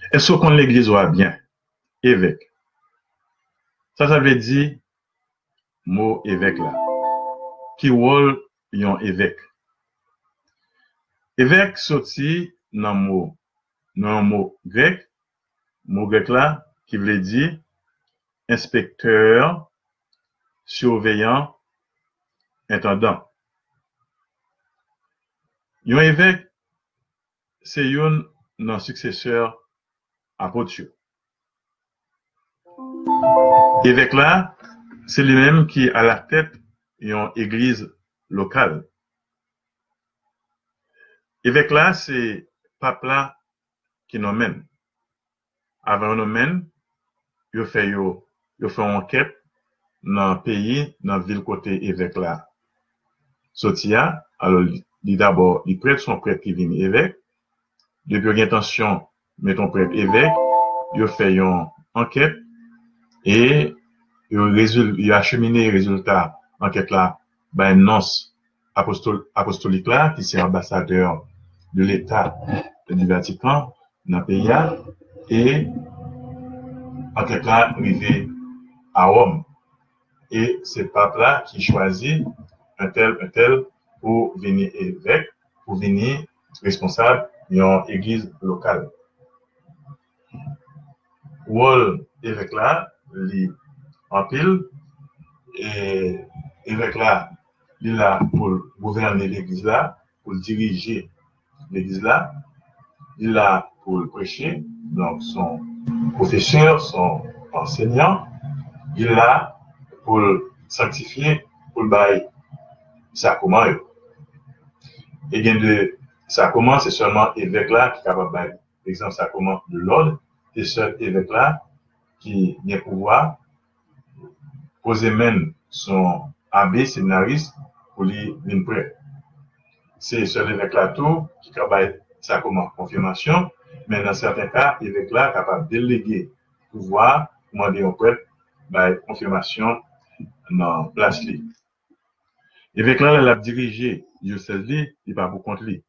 Est-ce qu'on l'église va bien? Évêque. Ça veut dire, mot évêque là. Qui rôle yon évêque? Évêque sorti dans mot grec là, qui veut dire inspecteur, surveillant, intendant. Yon évêque, c'est yon nan successeur apôtre. Évêque là, c'est lui-même qui à la tête d'une église locale. Évêque là, c'est pape là qui nous mène. Avant nous mène, il fait enquête dans le pays, dans la ville côté évêque là. Sotia, alors, d'abord, il prête son prêtre qui vient évêque. Depuis qu'il a intention, met ton prêtre évêque, il fait une enquête et il a acheminé les résultats enquête là, ben, nonce apostolique là, qui c'est ambassadeur de l'État du Vatican dans le pays et enquête là arrivé à Rome. Et c'est le pape là qui choisit un tel pour venir évêque, pour venir responsable d'une église locale. Rôle évêque là, li en pile, et évêque là, il est là pour gouverner l'église là, pour diriger l'église là, il est là pour prêcher, donc son professeur, son enseignant, il est là pour sanctifier, pour le bail sacrement. Et bien de sacrement, c'est seulement évêque là qui est capable de bail. Par exemple, sacrement de l'ordre, c'est seul évêque là qui a pouvoir poser même son abbé séminariste pour lui venir prêt. C'est seul évêque là tout qui est capable de sacrement confirmation, mais dans certains cas, évêque là est capable de déléguer pouvoir, demander au prêtre confirmation dans place li. Évêque là, il a dirigé diocèse li, il pas pour compte li.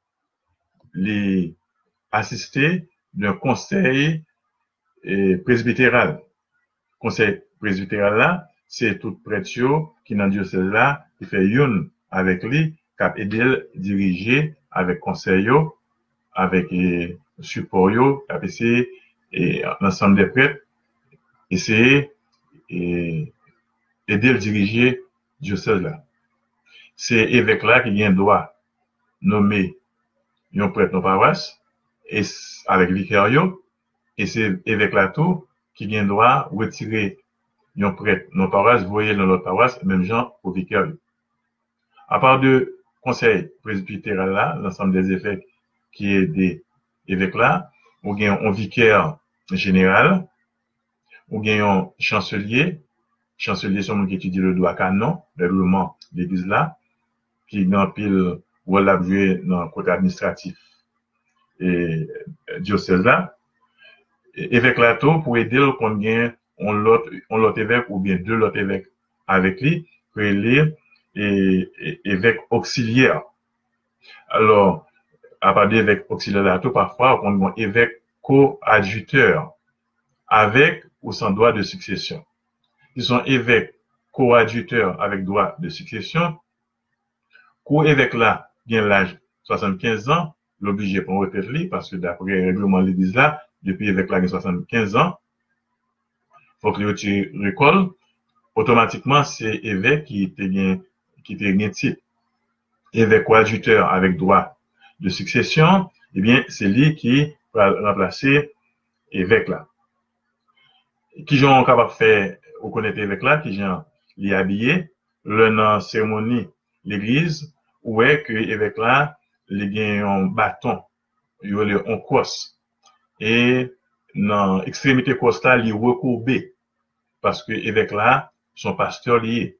Il assisté d'un conseil presbytéral. Conseil presbytéral là, c'est tout prêtre qui dans diocèse là, qui fait une avec lui, qui a aidé à diriger avec conseil avec support qui a essayé l'ensemble des prêtres essayer et aider à diriger diocèse là. C'est évêque là qui a un droit nommer un prêtre dans paroisse et avec vicaire et c'est évêque là tout qui a un droit retirer un prêtre dans paroisse, voyer dans l'autre paroisse, même gens au vicaire. À part de conseil presbytéral là, l'ensemble des évêques qui est des évêques là, ou bien un vicaire général, ou bien un chancelier c'est celui qui étudie le droit canon, le règlement de l'église là, qui dans pile rôle à jouer dans le côté administratif et diocèse là. Évêque là tout pour aider qu'on gagne on l'autre évêque ou bien deux autres évêques avec lui pour élire et évêque auxiliaire. Alors à part d'évêque auxiliaire là tout parfois on a un évêque coadjuteur avec ou sans droit de succession. Ils sont évêques coadjuteurs avec droit de succession. Co-évêque là, bien l'âge 75 ans, l'obligé pour retraite parce que d'après le règlement de l'église là, depuis évêque là, 75 ans, faut que tu récoltes, automatiquement, c'est évêque qui était bien titre. Évêque coadjuteur avec droit de succession, eh bien, c'est lui qui va remplacer évêque là. Qui j'en capable de faire reconnaître évêque là, qui j'en l'y habillé, le dans cérémonie l'église, où est que évêque là, il gagne un bâton, il y a un crosse, et dans extrémité crosse là, il recourbé, parce que évêque là, son pasteur lié.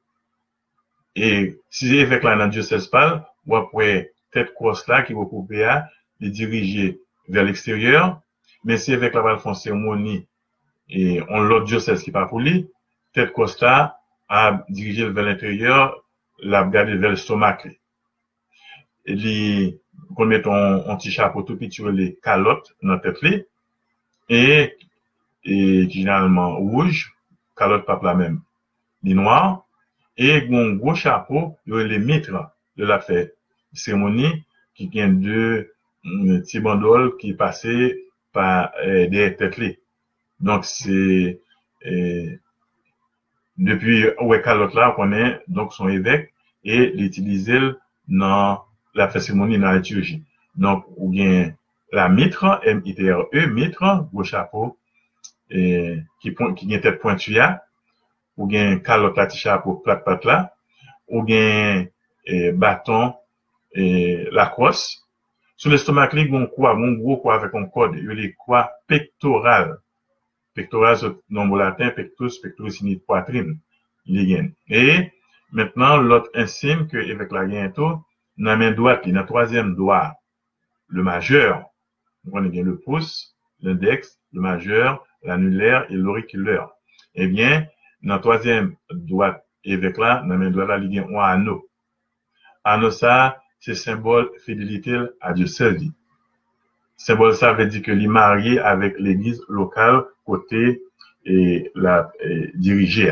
Et si évêque là dans diocèse parle, ou après tête crosse là qui recourbé à, il diriger vers l'extérieur, mais si évêque là va faire cérémonie et on l'autre diocèse qui pas pour lui, tête Costa a dirigé vers l'intérieur, l'a regardé vers le stomac. Il qu'on met un petit chapeau tout petit les calottes dans tête li et généralement rouge, calotte pape la même, li noir, et un gros chapeau, les mitres de la fête cérémonie, qui gagne deux petits bandoles qui passaient par des têtes. Donc, c'est, depuis, ouais, calotte là, on connaît, donc, son évêque, et l'utiliser dans la fête cérémonie, dans la liturgie. Donc, ou bien, la mitre, M-I-T-R-E, mitre, gros chapeau, qui a tête pointue, ou bien calotte là, petit chapeau, plate là, ou bien bâton, la crosse. Sur l'estomac, il y a un gros quoi avec un code, il y a les quoi pectoral. Pectoral, c'est le nom latin, pectus signifie poitrine. Et maintenant, l'autre insigne que avec la bientôt, dans la main droite, il y a un troisième doigt, le majeur. On a bien le pouce, l'index, le majeur, l'annulaire et l'auriculaire. Eh bien, dans le troisième doigt, avec là, dans la main droite, il y a un anneau. Anneau, ça, c'est symbole fidélité à Dieu seul. Symbole ça veut dire que il est marié avec l'église locale côté et la dirigée.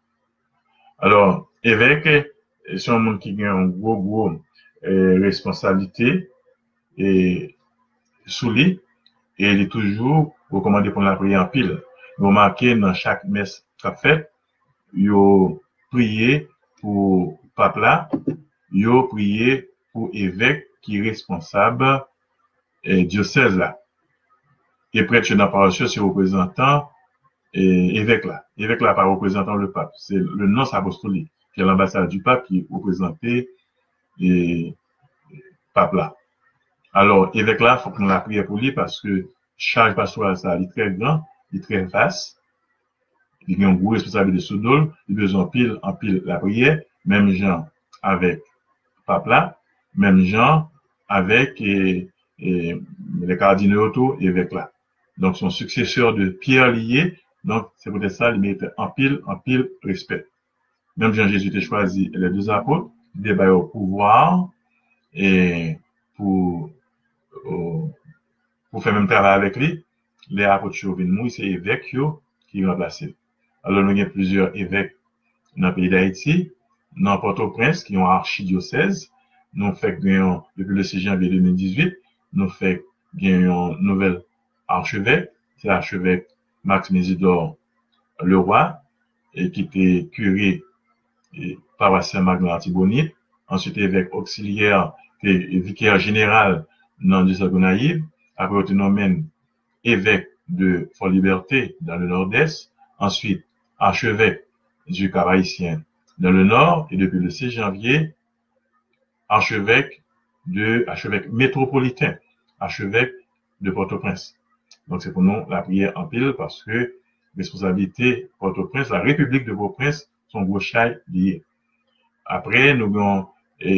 Alors, évêque, c'est un monde qui a une gros responsabilité et sous lui, et il est toujours recommandé pour la prière en pile. Vous remarquez dans chaque messe qu'a fait, il prié pour pape là, il prié pour évêque qui est responsable diocèse là. Et prêtre dans la paroisse, c'est représentant évêque là. Évêque là, pas représentant le pape. C'est le nonce apostolique, qui est l'ambassade du pape qui représentait et pape là. Alors, évêque là, faut qu'on la prie pour lui parce que charge pastorale, ça, il est très grand, il est très vaste. Il a une grosse responsabilité sous dol, il a besoin en pile la prière, même gens avec pape là, même gens avec les cardinaux autour, évêque là. Donc, son successeur de Pierre lié, donc, c'est peut-être ça, il met en pile respect. Même Jean-Jésus a choisi les deux apôtres, débat au pouvoir, et pour faire même travail avec lui, les apôtres Chauvinmouille, c'est évêque qui remplacent. Alors, nous avons plusieurs évêques dans le pays d'Haïti, dans Port-au-Prince, qui ont archidiocèse. Nous fait depuis le 6 janvier 2018, nous fait un nouvel archevêque, c'est l'archevêque Max Mésidor Leroy, et qui était curé paroissien Marc de l'Antibonite, ensuite évêque auxiliaire, et vicaire général dans le diocèse de Naïve, après il nommé évêque de Fort-Liberté dans le nord-est, ensuite archevêque du Cap-Haïtien dans le nord, et depuis le 6 janvier, archevêque métropolitain, archevêque de Port-au-Prince. Donc c'est pour nous la prière en pile parce que responsabilité Port-au-Prince, la République de Port-au-Prince, sont gros chai liés. Après, nous avons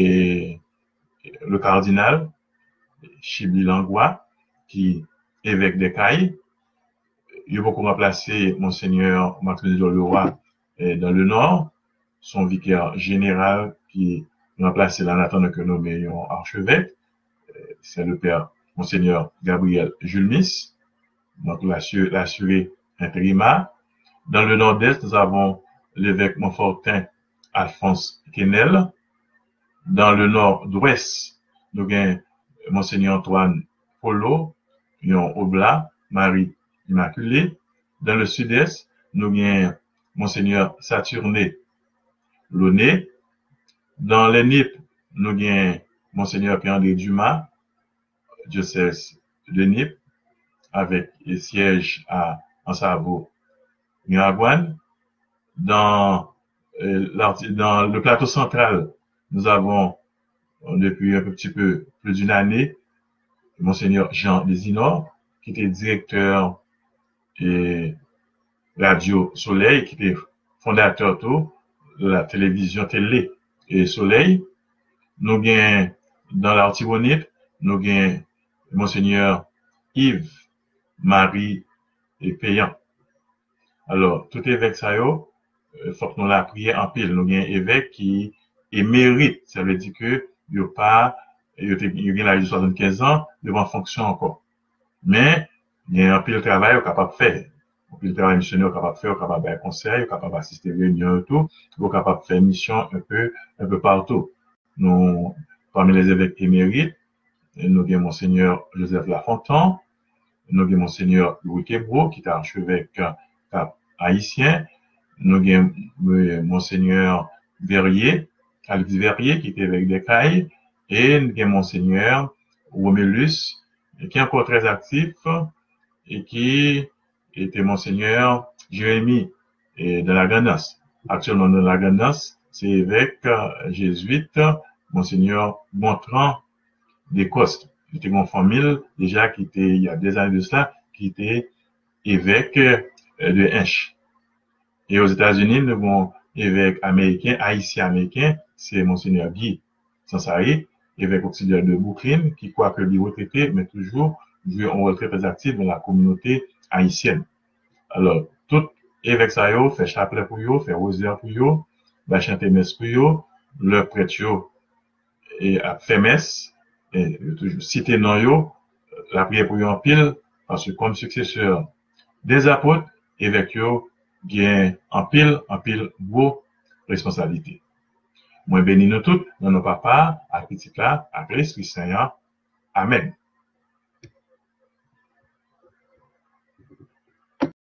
le cardinal Chibli Langlois, qui est évêque des Cayes. Il a beaucoup remplacé Monseigneur Max Mésidor Leroy dans le nord, son vicaire général qui remplacé là en attendant que nous ayons archevêque, c'est le père Monseigneur Gabriel Julmis, donc l'assuré intérimaire. Dans le nord-est, nous avons l'évêque Montfortin Alphonse Quesnel. Dans le nord-ouest, nous avons Monseigneur Antoine Polo, Oblat, Marie Immaculée. Dans le sud-est, nous avons Monseigneur Saturné Launay. Dans les NIP, nous avons Monseigneur Pierre-André Dumas, diocèse de NIP, avec siège à Ansavo, Miragouane. Dans le plateau central, nous avons, depuis un petit peu plus d'une année, Monseigneur Jean Desinor, qui était directeur et Radio Soleil, qui était fondateur de la télévision télé et Soleil. Nous avons, dans l'Artibonite, nous avons Monseigneur Yves Marie et Payan. Alors, tout évêque ça faut que nous la prière en pile. Nous avons un évêque qui est mérite. Ça veut dire que il a la 75 ans, il est en fonction encore. Mais, Il y a un pile de travail capable de faire. Un pile de travail missionnaire capable de faire, capable de faire conseil, capable d'assister à des réunions et tout, capable de faire mission un peu partout. Nous, parmi les évêques émérites, nous avons Monseigneur Joseph Lafontaine, nous avons Monseigneur Louis Québro, qui est archevêque haïtien, nous avons Monseigneur Verrier, Alex Verrier, qui était évêque des Cayes, et nous avons Monseigneur Romulus, qui est encore très actif, et qui était Monseigneur Jérémie de la Gonesse. Actuellement, dans la Gonesse, c'est évêque jésuite, Monseigneur Gontran d'Écosse. C'était une famille, déjà, qui était, il y a des années de cela, qui était évêque de Hinch. Et aux États-Unis, nous avons évêque américain, haïtien américain, c'est Monseigneur Guy Sansari, évêque auxiliaire de Brooklyn, qui croit que lui retraité, mais toujours jouer un rôle très actif dans la communauté haïtienne. Alors, tout évêque ça yo, fait chapelet pour yo, fait rosaire pour yo, va chanter messe pour yo, le prêtre yo, et a fait messe, et toujours citer non yo, la prière pour yo en pile, parce que comme successeur des apôtres, évêque yo, gagne en pile gros responsabilité. Moi bénis nous toutes, dans nos papas, à petit là, à l'Esprit Saint. Amen.